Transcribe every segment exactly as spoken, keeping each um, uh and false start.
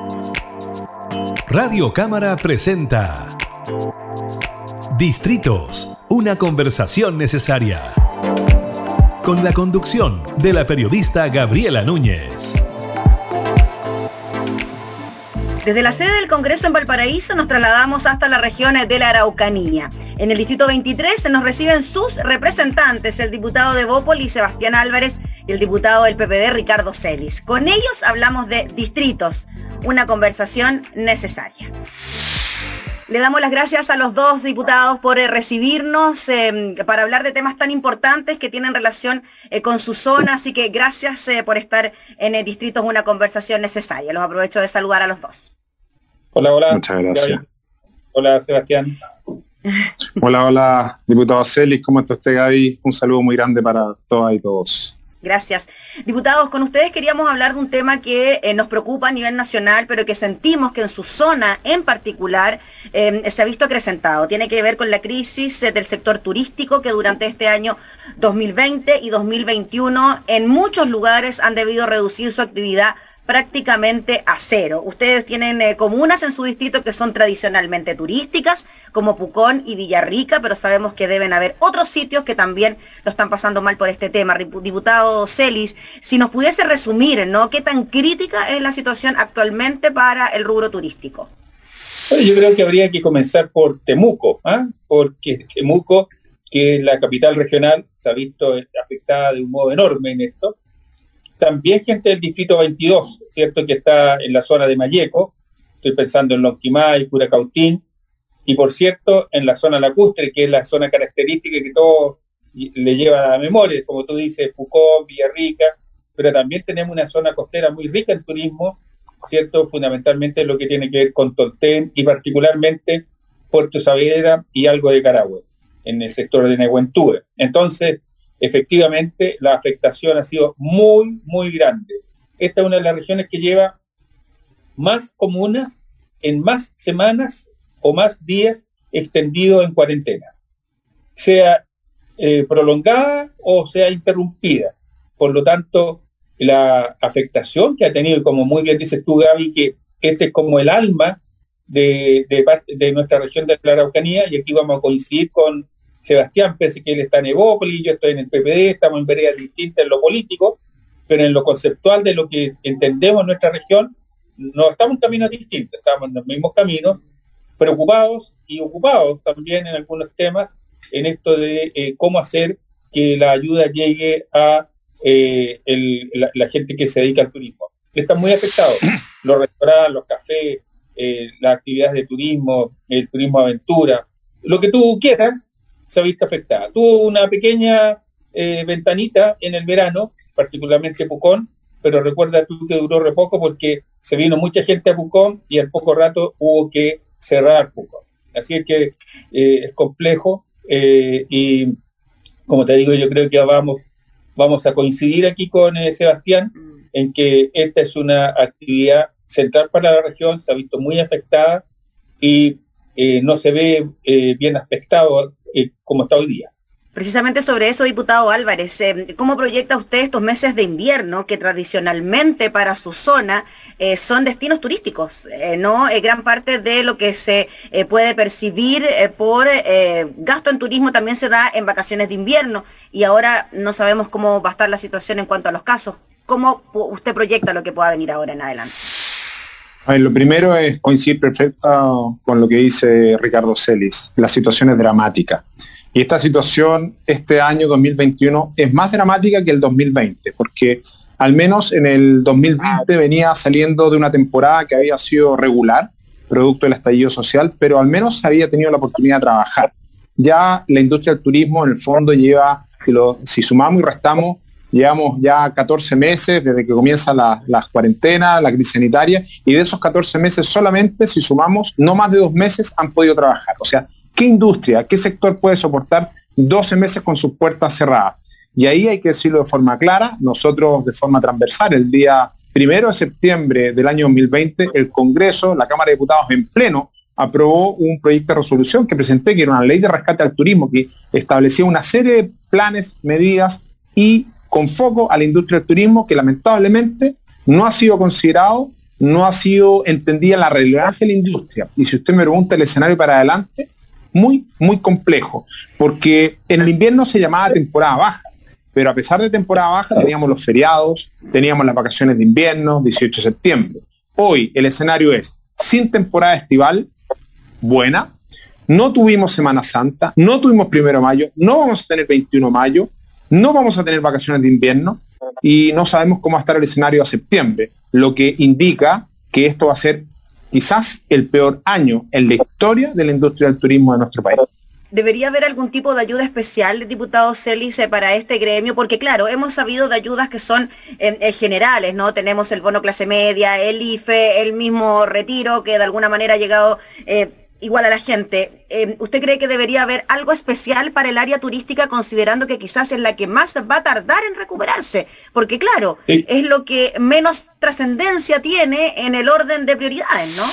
Radio Cámara presenta Distritos, una conversación necesaria. Con la conducción de la periodista Gabriela Núñez. Desde la sede del Congreso en Valparaíso nos trasladamos hasta la región de la Araucanía. En el Distrito veintitrés nos reciben sus representantes, el diputado de Bópoli, Sebastián Álvarez, y el diputado del P P D, Ricardo Celis. Con ellos hablamos de distritos, una conversación necesaria. Le damos las gracias a los dos diputados por eh, recibirnos eh, para hablar de temas tan importantes que tienen relación eh, con su zona, así que gracias eh, por estar en el distrito, es una conversación necesaria. Los aprovecho de saludar a los dos. Hola, hola. Muchas gracias. Gaby. Hola, Sebastián. Hola, hola, diputado Celis, ¿cómo está usted, Gaby? Un saludo muy grande para todas y todos. Gracias. Diputados, con ustedes queríamos hablar de un tema que eh, nos preocupa a nivel nacional, pero que sentimos que en su zona en particular eh, se ha visto acrecentado. Tiene que ver con la crisis eh, del sector turístico, que durante este año dos mil veinte y dos mil veintiuno en muchos lugares han debido reducir su actividad prácticamente a cero. Ustedes tienen eh, comunas en su distrito que son tradicionalmente turísticas, como Pucón y Villarrica, pero sabemos que deben haber otros sitios que también lo están pasando mal por este tema. Diputado Celis, si nos pudiese resumir, ¿no?, ¿qué tan crítica es la situación actualmente para el rubro turístico? Bueno, yo creo que habría que comenzar por Temuco, ¿eh? porque Temuco, que es la capital regional, se ha visto afectada de un modo enorme en esto. También gente del distrito veintidós, ¿cierto?, que está en la zona de Malleco, estoy pensando en Lonquimay, Curacautín, y por cierto, en la zona lacustre, que es la zona característica que todo le lleva a la memoria, como tú dices, Pucón, Villarrica, pero también tenemos una zona costera muy rica en turismo, ¿cierto?, fundamentalmente lo que tiene que ver con Tolten y particularmente Puerto Saavedra y algo de Carahue, en el sector de Nehuentúe. Entonces, efectivamente, la afectación ha sido muy, muy grande. Esta es una de las regiones que lleva más comunas en más semanas o más días extendidos en cuarentena, sea eh, prolongada o sea interrumpida. Por lo tanto, la afectación que ha tenido, como muy bien dices tú, Gaby, que este es como el alma de, de, de nuestra región de la Araucanía, y aquí vamos a coincidir con Sebastián, pese que él está en Evópolis, yo estoy en el P P D, estamos en veredas distintas en lo político, pero en lo conceptual de lo que entendemos en nuestra región, no estamos en caminos distintos, estamos en los mismos caminos, preocupados y ocupados también en algunos temas, en esto de eh, cómo hacer que la ayuda llegue a eh, el, la, la gente que se dedica al turismo. Están muy afectados, los restaurantes, los cafés, eh, las actividades de turismo, el turismo aventura, lo que tú quieras, se ha visto afectada. Tuvo una pequeña eh, ventanita en el verano, particularmente Pucón, pero recuerda tú que duró re poco porque se vino mucha gente a Pucón y al poco rato hubo que cerrar Pucón. Así es que eh, es complejo eh, y, como te digo, yo creo que vamos, vamos a coincidir aquí con eh, Sebastián en que esta es una actividad central para la región, se ha visto muy afectada y eh, no se ve eh, bien aspectado Eh, como está hoy día. Precisamente sobre eso, diputado Álvarez, eh, ¿cómo proyecta usted estos meses de invierno que tradicionalmente para su zona eh, son destinos turísticos? Eh, ¿no? Eh, gran parte de lo que se eh, puede percibir eh, por eh, gasto en turismo también se da en vacaciones de invierno y ahora no sabemos cómo va a estar la situación en cuanto a los casos. ¿Cómo usted proyecta lo que pueda venir ahora en adelante? A ver, lo primero es coincidir perfecto con lo que dice Ricardo Celis. La situación es dramática. Y esta situación, este año dos mil veintiuno, es más dramática que el dos mil veinte, porque al menos en el dos mil veinte venía saliendo de una temporada que había sido regular, producto del estallido social, pero al menos había tenido la oportunidad de trabajar. Ya la industria del turismo, en el fondo, lleva, si, lo, si sumamos y restamos, llevamos ya catorce meses desde que comienza la, la cuarentena, la crisis sanitaria, y de esos catorce meses solamente, si sumamos, no más de dos meses han podido trabajar. O sea, ¿qué industria, qué sector puede soportar doce meses con sus puertas cerradas? Y ahí hay que decirlo de forma clara, nosotros de forma transversal, el día primero de septiembre del año dos mil veinte, el Congreso, la Cámara de Diputados en pleno, aprobó un proyecto de resolución que presenté, que era una ley de rescate al turismo, que establecía una serie de planes, medidas y con foco a la industria del turismo, que lamentablemente no ha sido considerado no ha sido entendida la relevancia de la industria. Y si usted me pregunta el escenario para adelante, muy, muy complejo, porque en el invierno se llamaba temporada baja, pero a pesar de temporada baja teníamos los feriados, teníamos las vacaciones de invierno, dieciocho de septiembre. Hoy el escenario es sin temporada estival buena, no tuvimos Semana Santa, no tuvimos primero de mayo, no vamos a tener veintiuno de mayo, no vamos a tener vacaciones de invierno y no sabemos cómo va a estar el escenario a septiembre, lo que indica que esto va a ser quizás el peor año en la historia de la industria del turismo de nuestro país. ¿Debería haber algún tipo de ayuda especial, diputado Celis, para este gremio? Porque claro, hemos sabido de ayudas que son eh, eh, generales, ¿no? Tenemos el bono clase media, el I F E, el mismo retiro que de alguna manera ha llegado eh, igual a la gente. Eh, ¿Usted cree que debería haber algo especial para el área turística, considerando que quizás es la que más va a tardar en recuperarse? Porque claro, sí, es lo que menos trascendencia tiene en el orden de prioridades, ¿no?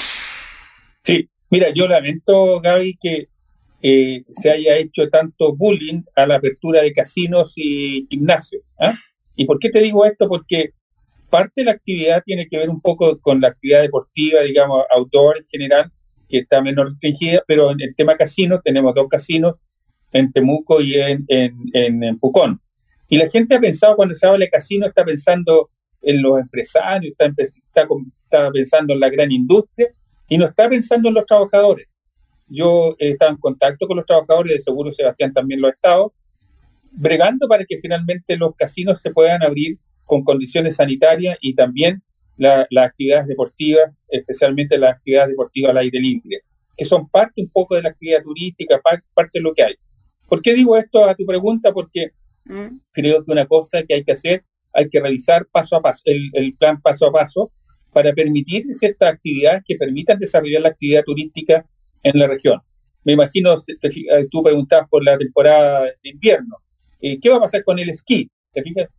Sí, mira, yo lamento, Gaby, que eh, se haya hecho tanto bullying a la apertura de casinos y gimnasios. ¿eh? ¿Y por qué te digo esto? Porque parte de la actividad tiene que ver un poco con la actividad deportiva, digamos, outdoor en general, que está menos restringida, pero en el tema casinos tenemos dos casinos, en Temuco y en, en, en, en Pucón. Y la gente ha pensado, cuando se habla de casino, está pensando en los empresarios, está, está, está pensando en la gran industria, y no está pensando en los trabajadores. Yo he estado en contacto con los trabajadores, de seguro Sebastián también lo ha estado, bregando para que finalmente los casinos se puedan abrir con condiciones sanitarias y también las la actividades deportivas, especialmente las actividades deportivas al aire libre, que son parte un poco de la actividad turística, parte, parte de lo que hay. ¿Por qué digo esto a tu pregunta? Porque mm. creo que una cosa que hay que hacer, hay que revisar paso a paso, el, el plan paso a paso, para permitir ciertas actividades que permitan desarrollar la actividad turística en la región. Me imagino, te, tú preguntabas por la temporada de invierno, eh, ¿qué va a pasar con el esquí? ¿Te fijas?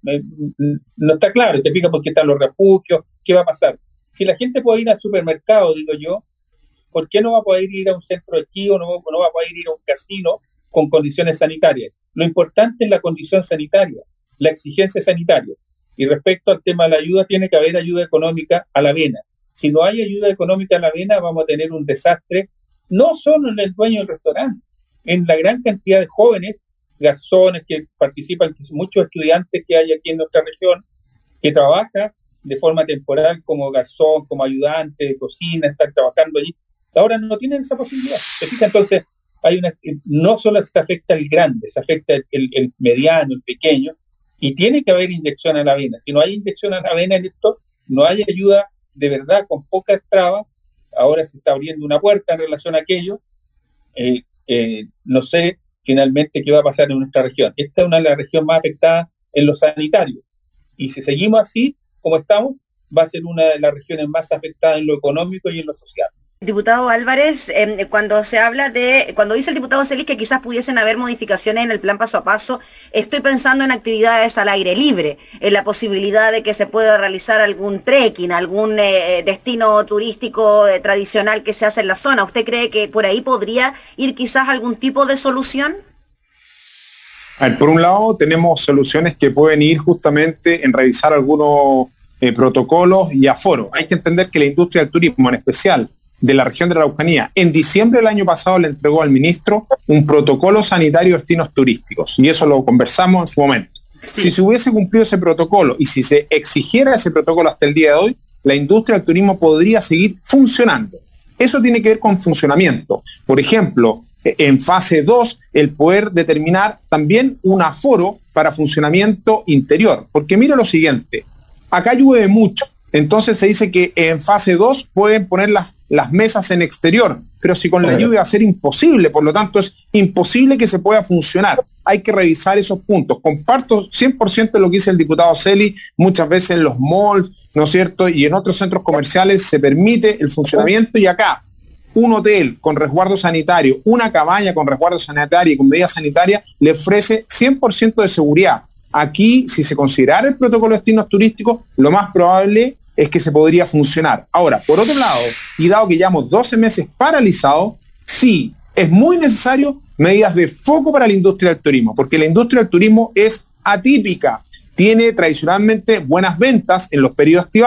No está claro, te fijas porque están los refugios, ¿qué va a pasar? Si la gente puede ir al supermercado, digo yo, ¿por qué no va a poder ir a un centro de esquí o no, no va a poder ir a un casino con condiciones sanitarias? Lo importante es la condición sanitaria, la exigencia sanitaria. Y respecto al tema de la ayuda, tiene que haber ayuda económica a la vena. Si no hay ayuda económica a la vena, vamos a tener un desastre, no solo en el dueño del restaurante, en la gran cantidad de jóvenes, garzones que participan, que son muchos estudiantes que hay aquí en nuestra región, que trabajan de forma temporal como garzón, como ayudante de cocina, están trabajando allí. Ahora no tienen esa posibilidad. ¿Se fija? Entonces, hay una, no solo se afecta el grande, se afecta el, el, el mediano, el pequeño, y tiene que haber inyección a la vena. Si no hay inyección a la vena en esto, no hay ayuda de verdad, con pocas trabas. Ahora se está abriendo una puerta en relación a aquello. Eh, eh, no sé finalmente qué va a pasar en nuestra región. Esta es una de las regiones más afectadas en lo sanitario. Y si seguimos así, como estamos, va a ser una de las regiones más afectadas en lo económico y en lo social. Diputado Álvarez, eh, cuando se habla de, cuando dice el diputado Celis que quizás pudiesen haber modificaciones en el plan paso a paso, estoy pensando en actividades al aire libre, en la posibilidad de que se pueda realizar algún trekking, algún eh, destino turístico eh, tradicional que se hace en la zona. ¿Usted cree que por ahí podría ir quizás algún tipo de solución? A ver, por un lado tenemos soluciones que pueden ir justamente en revisar algunos eh, protocolos y aforos. Hay que entender que la industria del turismo, en especial de la región de la Araucanía, en diciembre del año pasado le entregó al ministro un protocolo sanitario de destinos turísticos, y eso lo conversamos en su momento. Sí. Si se hubiese cumplido ese protocolo y si se exigiera ese protocolo hasta el día de hoy, la industria del turismo podría seguir funcionando. Eso tiene que ver con funcionamiento. Por ejemplo, en fase dos, el poder determinar también un aforo para funcionamiento interior. Porque mira lo siguiente, acá llueve mucho, entonces se dice que en fase dos pueden poner las, las mesas en exterior, pero si con la lluvia va a ser imposible, por lo tanto es imposible que se pueda funcionar. Hay que revisar esos puntos. Comparto cien por ciento lo que dice el diputado Celis, muchas veces en los malls, ¿no es cierto?, y en otros centros comerciales se permite el funcionamiento, y acá un hotel con resguardo sanitario, una cabaña con resguardo sanitario y con medidas sanitarias le ofrece cien por ciento de seguridad. Aquí, si se considerara el protocolo de destinos turísticos, lo más probable es que se podría funcionar. Ahora, por otro lado, y dado que llevamos doce meses paralizados, sí, es muy necesario medidas de foco para la industria del turismo, porque la industria del turismo es atípica, tiene tradicionalmente buenas ventas en los periodos estivales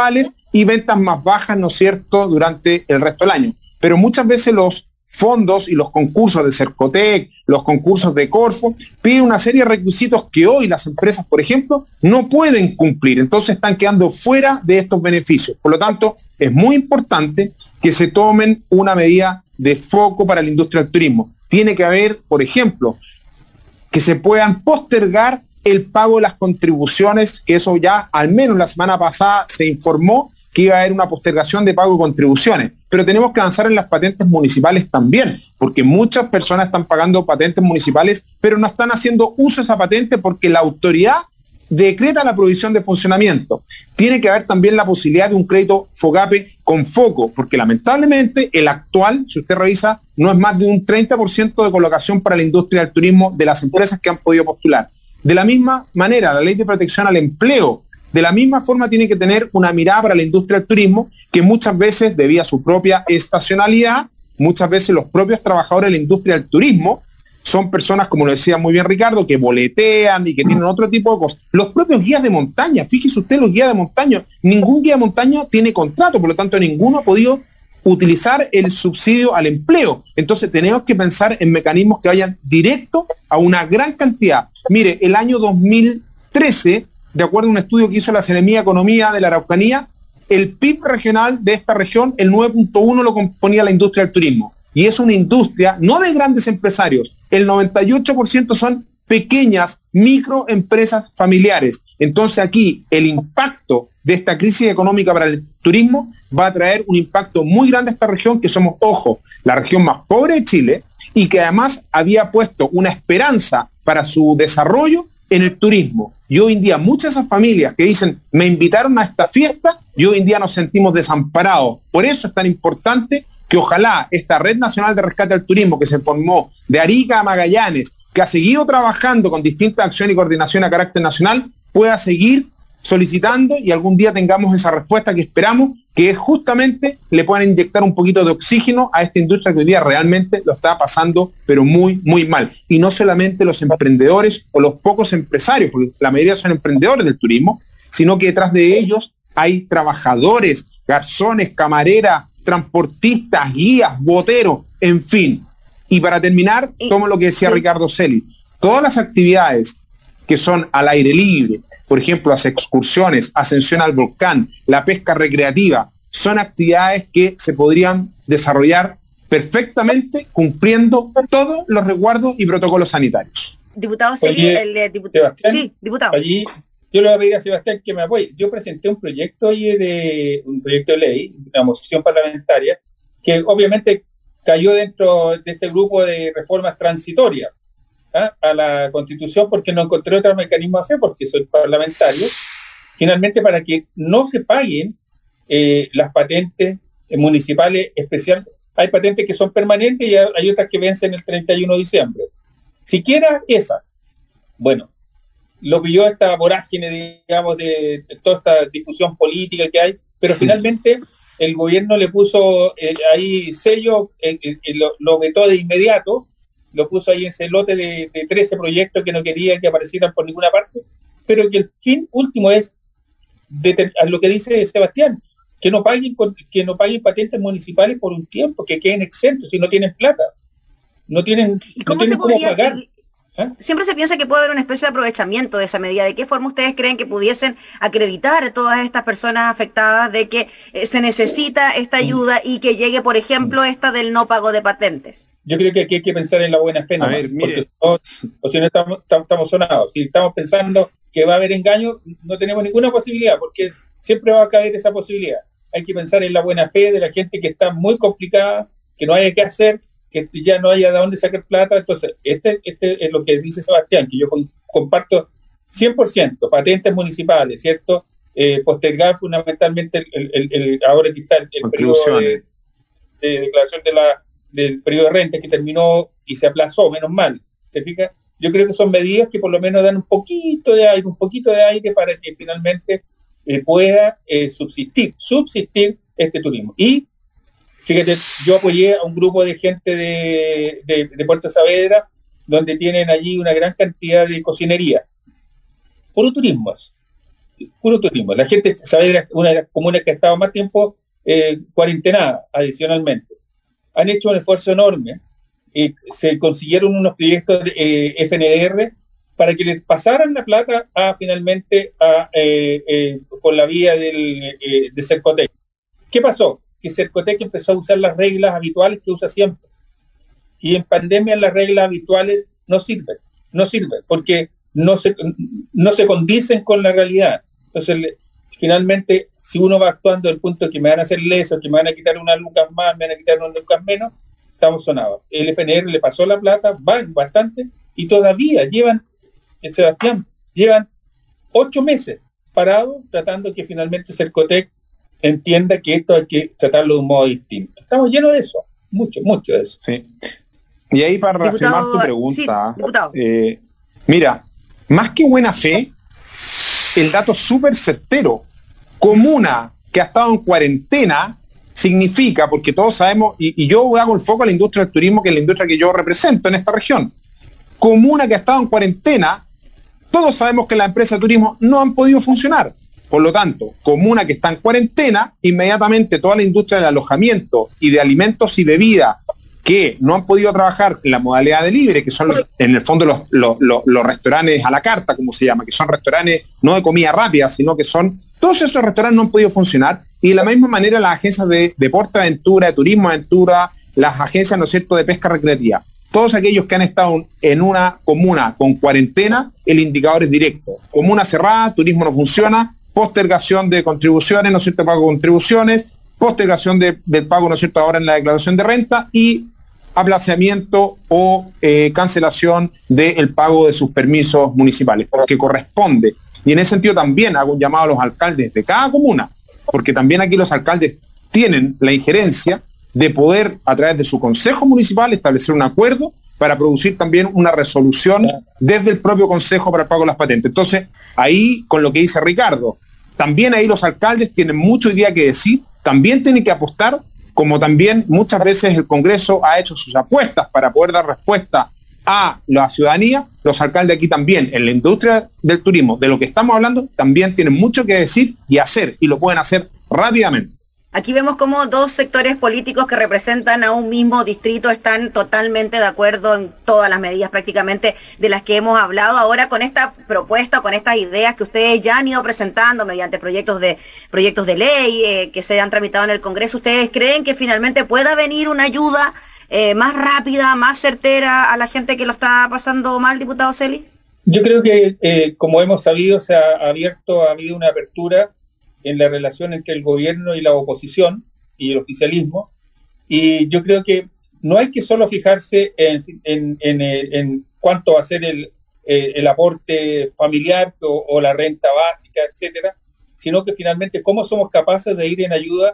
y ventas más bajas, ¿no es cierto?, durante el resto del año. Pero muchas veces los fondos y los concursos de Cercotec, los concursos de Corfo, piden una serie de requisitos que hoy las empresas, por ejemplo, no pueden cumplir. Entonces están quedando fuera de estos beneficios. Por lo tanto, es muy importante que se tomen una medida de foco para la industria del turismo. Tiene que haber, por ejemplo, que se puedan postergar el pago de las contribuciones, que eso ya al menos la semana pasada se informó que iba a haber una postergación de pago de contribuciones. Pero tenemos que avanzar en las patentes municipales también, porque muchas personas están pagando patentes municipales, pero no están haciendo uso de esa patente porque la autoridad decreta la provisión de funcionamiento. Tiene que haber también la posibilidad de un crédito FOGAPE con foco, porque lamentablemente el actual, si usted revisa, no es más de un treinta por ciento de colocación para la industria del turismo de las empresas que han podido postular. De la misma manera, la ley de protección al empleo, de la misma forma tiene que tener una mirada para la industria del turismo, que muchas veces, debido a su propia estacionalidad, muchas veces los propios trabajadores de la industria del turismo son personas, como lo decía muy bien Ricardo, que boletean y que tienen otro tipo de cosas. Los propios guías de montaña, fíjese usted, los guías de montaña, ningún guía de montaña tiene contrato, por lo tanto ninguno ha podido utilizar el subsidio al empleo. Entonces tenemos que pensar en mecanismos que vayan directo a una gran cantidad. Mire, el año dos mil trece, de acuerdo a un estudio que hizo la Seremía de Economía de la Araucanía, el P I B regional de esta región, el nueve punto uno lo componía la industria del turismo. Y es una industria no de grandes empresarios, el noventa y ocho por ciento son pequeñas microempresas familiares. Entonces aquí el impacto de esta crisis económica para el turismo va a traer un impacto muy grande a esta región, que somos, ojo, la región más pobre de Chile y que además había puesto una esperanza para su desarrollo en el turismo. Y hoy en día muchas de esas familias que dicen, me invitaron a esta fiesta, y hoy en día nos sentimos desamparados. Por eso es tan importante que ojalá esta Red Nacional de Rescate al Turismo, que se formó de Arica a Magallanes, que ha seguido trabajando con distintas acciones y coordinación a carácter nacional, pueda seguir solicitando y algún día tengamos esa respuesta que esperamos, que es justamente le puedan inyectar un poquito de oxígeno a esta industria que hoy día realmente lo está pasando, pero muy, muy mal. Y no solamente los emprendedores o los pocos empresarios, porque la mayoría son emprendedores del turismo, sino que detrás de ellos hay trabajadores, garzones, camareras, transportistas, guías, boteros, en fin. Y para terminar, tomo lo que decía sí. Ricardo Celis. Todas las actividades que son al aire libre, por ejemplo, las excursiones, ascensión al volcán, la pesca recreativa, son actividades que se podrían desarrollar perfectamente cumpliendo todos los resguardos y protocolos sanitarios. Diputado Celis, el eh, diputado. Sí, diputado. Allí yo le voy a pedir a Sebastián que me apoye. Yo presenté un proyecto hoy de un proyecto de ley, una moción parlamentaria, que obviamente cayó dentro de este grupo de reformas transitorias ¿ah? a la Constitución, porque no encontré otro mecanismo a hacer, porque soy parlamentario, finalmente para que no se paguen eh, las patentes municipales especiales. Hay patentes que son permanentes y hay otras que vencen el treinta y uno de diciembre. Siquiera esa. Bueno, lo pilló esta vorágine, digamos, de, de toda esta discusión política que hay, pero finalmente el gobierno le puso eh, ahí sello, eh, eh, lo, lo vetó de inmediato, lo puso ahí en ese lote de, de trece proyectos que no quería que aparecieran por ninguna parte, pero que el fin último es de, a lo que dice Sebastián, que no paguen que no paguen patentes municipales por un tiempo, que queden exentos si no tienen plata, no tienen, ¿Cómo, no tienen cómo pagar. ¿Eh? Siempre se piensa que puede haber una especie de aprovechamiento de esa medida. ¿De qué forma ustedes creen que pudiesen acreditar a todas estas personas afectadas de que eh, se necesita esta ayuda y que llegue, por ejemplo, esta del no pago de patentes? Yo creo que aquí hay que pensar en la buena fe, a ver, porque no, o si no estamos, estamos sonados. Si estamos pensando que va a haber engaño, no tenemos ninguna posibilidad, porque siempre va a caer esa posibilidad. Hay que pensar en la buena fe de la gente que está muy complicada, que no haya que hacer, que ya no haya de dónde sacar plata. Entonces, este, este es lo que dice Sebastián, que yo con, comparto cien por ciento, patentes municipales, ¿cierto? Eh, postergar fundamentalmente el, el, el, el ahora que está el, el periodo de, de declaración de la, del periodo de renta que terminó y se aplazó, menos mal. ¿Te fijas? Yo creo que son medidas que por lo menos dan un poquito de aire, un poquito de aire para que finalmente eh, pueda eh, subsistir, subsistir este turismo. Y fíjate, yo apoyé a un grupo de gente de, de, de Puerto Saavedra, donde tienen allí una gran cantidad de cocinerías. Puro turismo. puro turismo. La gente, sabe, una de las comunas que ha estado más tiempo eh, cuarentenada, adicionalmente. Han hecho un esfuerzo enorme y se consiguieron unos proyectos de eh, F N D R para que les pasaran la plata a finalmente a, eh, eh, por la vía del, eh, de Cercotec. ¿Qué pasó? Que Cercotec empezó a usar las reglas habituales que usa siempre. Y en pandemia las reglas habituales no sirven, no sirven, porque no se, no se condicen con la realidad. Entonces, le, finalmente, si uno va actuando del punto de que me van a hacer leso, que me van a quitar unas lucas más, me van a quitar unas lucas menos, estamos sonados. El F N R le pasó la plata, van bastante, y todavía llevan, el Sebastián, llevan ocho meses parados tratando que finalmente Cercotec entienda que esto hay que tratarlo de un modo distinto. Estamos llenos de eso, mucho, mucho de eso. Sí. Y ahí para reafirmar tu pregunta, sí, eh, mira, más que buena fe, el dato súper certero, comuna que ha estado en cuarentena, significa, porque todos sabemos, y, y yo hago el foco a la industria del turismo, que es la industria que yo represento en esta región, comuna que ha estado en cuarentena, todos sabemos que las empresas de turismo no han podido funcionar. Por lo tanto, comuna que está en cuarentena, inmediatamente toda la industria del alojamiento y de alimentos y bebidas que no han podido trabajar en la modalidad de libre, que son los, en el fondo los, los, los, los restaurantes a la carta, como se llama, que son restaurantes no de comida rápida, sino que son, todos esos restaurantes no han podido funcionar, y de la misma manera las agencias de deporte aventura, de turismo aventura, las agencias, ¿no es cierto?, de pesca recreativa. Todos aquellos que han estado en una comuna con cuarentena, el indicador es directo. Comuna cerrada, turismo no funciona, postergación de contribuciones, ¿no es cierto?, pago de contribuciones, postergación de, del pago, ¿no es cierto?, ahora en la declaración de renta, y aplazamiento o eh, cancelación del pago de sus permisos municipales, porque corresponde. Y en ese sentido también hago un llamado a los alcaldes de cada comuna, porque también aquí los alcaldes tienen la injerencia de poder, a través de su consejo municipal, establecer un acuerdo para producir también una resolución desde el propio consejo para el pago de las patentes. Entonces, ahí, con lo que dice Ricardo, también ahí los alcaldes tienen mucho hoy día que decir, también tienen que apostar, como también muchas veces el Congreso ha hecho sus apuestas para poder dar respuesta a la ciudadanía. Los alcaldes aquí también, en la industria del turismo, de lo que estamos hablando, también tienen mucho que decir y hacer, y lo pueden hacer rápidamente. Aquí vemos cómo dos sectores políticos que representan a un mismo distrito están totalmente de acuerdo en todas las medidas prácticamente de las que hemos hablado. Ahora, con esta propuesta, con estas ideas que ustedes ya han ido presentando mediante proyectos de proyectos de ley eh, que se han tramitado en el Congreso, ¿ustedes creen que finalmente pueda venir una ayuda eh, más rápida, más certera a la gente que lo está pasando mal, diputado Celis? Yo creo que, eh, como hemos sabido, se ha abierto, ha habido una apertura en la relación entre el gobierno y la oposición y el oficialismo, y yo creo que no hay que solo fijarse en, en, en, en cuánto va a ser el, el aporte familiar o, o la renta básica, etcétera, sino que finalmente cómo somos capaces de ir en ayuda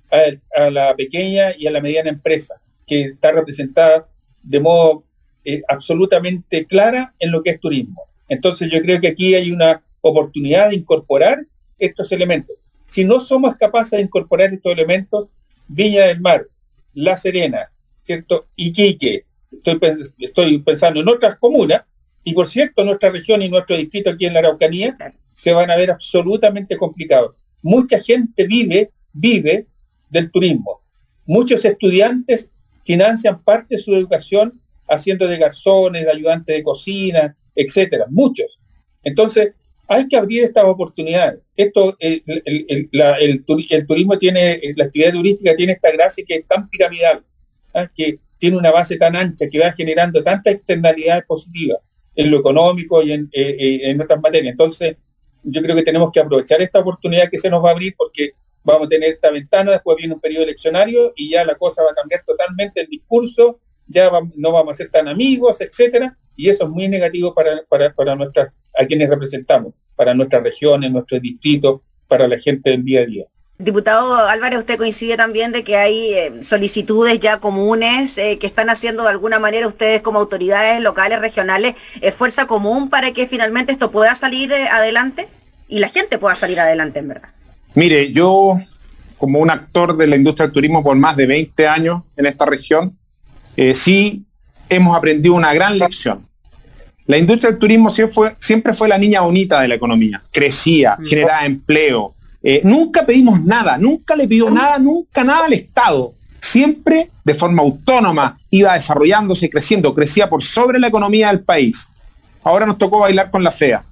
a, a la pequeña y a la mediana empresa, que está representada de modo eh, absolutamente clara en lo que es turismo. Entonces yo creo que aquí hay una oportunidad de incorporar estos elementos. Si no somos capaces de incorporar estos elementos, Viña del Mar, La Serena, ¿cierto?, Iquique, estoy, estoy pensando en otras comunas, y por cierto, nuestra región y nuestro distrito aquí en la Araucanía, se van a ver absolutamente complicados. Mucha gente vive, vive del turismo. Muchos estudiantes financian parte de su educación haciendo de garzones, de ayudantes de cocina, etcétera. Muchos. Entonces, hay que abrir estas oportunidades. Esto, el, el, el, la, el, el turismo tiene, la actividad turística tiene esta gracia que es tan piramidal, ¿eh? Que tiene una base tan ancha, que va generando tantas externalidades positivas en lo económico y en, eh, en otras materias. Entonces, yo creo que tenemos que aprovechar esta oportunidad que se nos va a abrir, porque vamos a tener esta ventana, después viene un periodo eleccionario y ya la cosa va a cambiar totalmente el discurso, ya va, no vamos a ser tan amigos, etcétera, y eso es muy negativo para, para, para nuestras, a quienes representamos, para nuestras regiones, nuestros distritos, para la gente del día a día. Diputado Álvarez, ¿usted coincide también de que hay eh, solicitudes ya comunes eh, que están haciendo de alguna manera ustedes como autoridades locales, regionales, eh, fuerza común para que finalmente esto pueda salir eh, adelante y la gente pueda salir adelante, en verdad? Mire, yo como un actor de la industria del turismo por más de veinte años en esta región, eh, sí hemos aprendido una gran lección. La industria del turismo siempre fue, siempre fue la niña bonita de la economía. Crecía, generaba empleo. Eh, nunca pedimos nada, nunca le pidió nada, nunca nada al Estado. Siempre de forma autónoma iba desarrollándose, creciendo, crecía por sobre la economía del país. Ahora nos tocó bailar con la fea.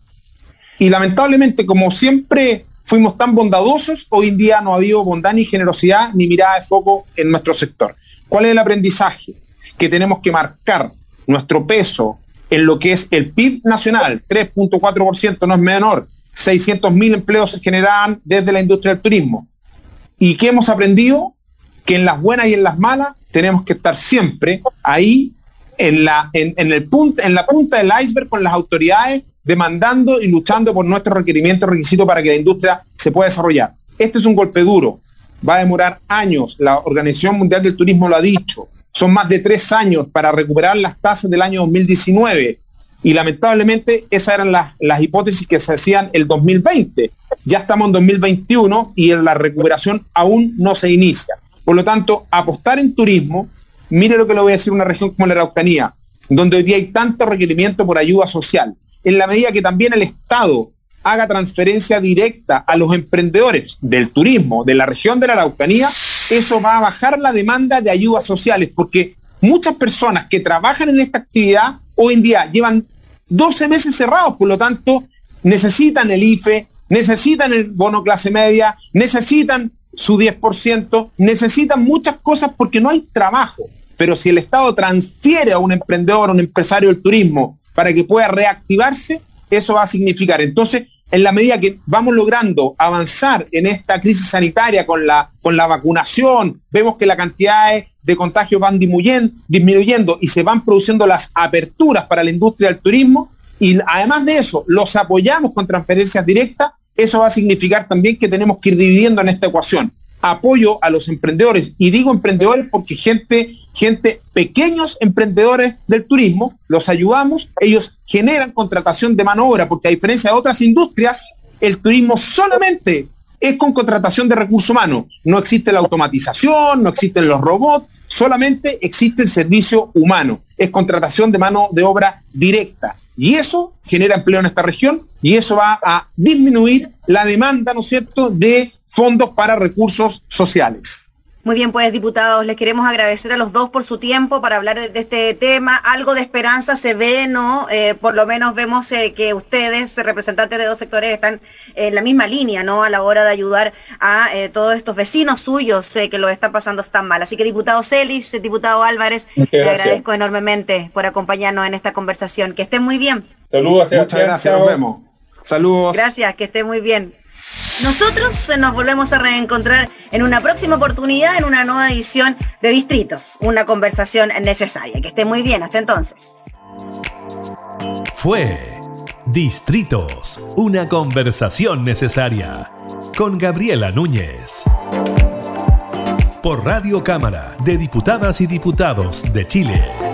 Y lamentablemente, como siempre fuimos tan bondadosos, hoy en día no ha habido bondad ni generosidad ni mirada de foco en nuestro sector. ¿Cuál es el aprendizaje? Que tenemos que marcar nuestro peso en lo que es el P I B nacional, tres punto cuatro por ciento, no es menor, seiscientos mil empleos se generaban desde la industria del turismo. ¿Y qué hemos aprendido? Que en las buenas y en las malas tenemos que estar siempre ahí en la, en, en el punta, en la punta del iceberg con las autoridades, demandando y luchando por nuestros requerimientos, requisitos para que la industria se pueda desarrollar. Este es un golpe duro, va a demorar años, la Organización Mundial del Turismo lo ha dicho. Son más de tres años para recuperar las tasas del año dos mil diecinueve y lamentablemente esas eran las, las hipótesis que se hacían el dos mil veinte. Ya estamos en dos mil veintiuno y la recuperación aún no se inicia. Por lo tanto, apostar en turismo, mire lo que le voy a decir, una región como la Araucanía, donde hoy día hay tanto requerimiento por ayuda social, en la medida que también el Estado haga transferencia directa a los emprendedores del turismo de la región de la Araucanía, eso va a bajar la demanda de ayudas sociales, porque muchas personas que trabajan en esta actividad hoy en día llevan doce meses cerrados, por lo tanto necesitan el I F E, necesitan el bono clase media, necesitan su diez por ciento, necesitan muchas cosas porque no hay trabajo. Pero si el Estado transfiere a un emprendedor, a un empresario del turismo, para que pueda reactivarse, eso va a significar. Entonces, en la medida que vamos logrando avanzar en esta crisis sanitaria con la, con la vacunación, vemos que la cantidad de, de contagios van disminuyendo, disminuyendo y se van produciendo las aperturas para la industria del turismo, y además de eso, los apoyamos con transferencias directas, eso va a significar también que tenemos que ir dividiendo en esta ecuación. Apoyo a los emprendedores, y digo emprendedores porque gente, gente, pequeños emprendedores del turismo, los ayudamos, ellos generan contratación de mano de obra, porque a diferencia de otras industrias, el turismo solamente es con contratación de recursos humanos. No existe la automatización, no existen los robots, solamente existe el servicio humano, es contratación de mano de obra directa. Y eso genera empleo en esta región y eso va a disminuir la demanda, ¿no es cierto?, de fondos para recursos sociales. Muy bien, pues, diputados, les queremos agradecer a los dos por su tiempo para hablar de, de este tema. Algo de esperanza se ve, ¿no? Eh, por lo menos vemos eh, que ustedes, representantes de dos sectores, están en la misma línea, ¿no?, a la hora de ayudar a eh, todos estos vecinos suyos eh, que lo están pasando tan mal. Así que, diputado Celis, diputado Álvarez, le agradezco enormemente por acompañarnos en esta conversación. Que estén muy bien. Saludos, muchas gracias, nos vemos. Saludos. Gracias, que estén muy bien. Nosotros nos volvemos a reencontrar en una próxima oportunidad, en una nueva edición de Distritos, una conversación necesaria. Que esté muy bien, hasta entonces. Fue Distritos, una conversación necesaria, con Gabriela Núñez. Por Radio Cámara de Diputadas y Diputados de Chile.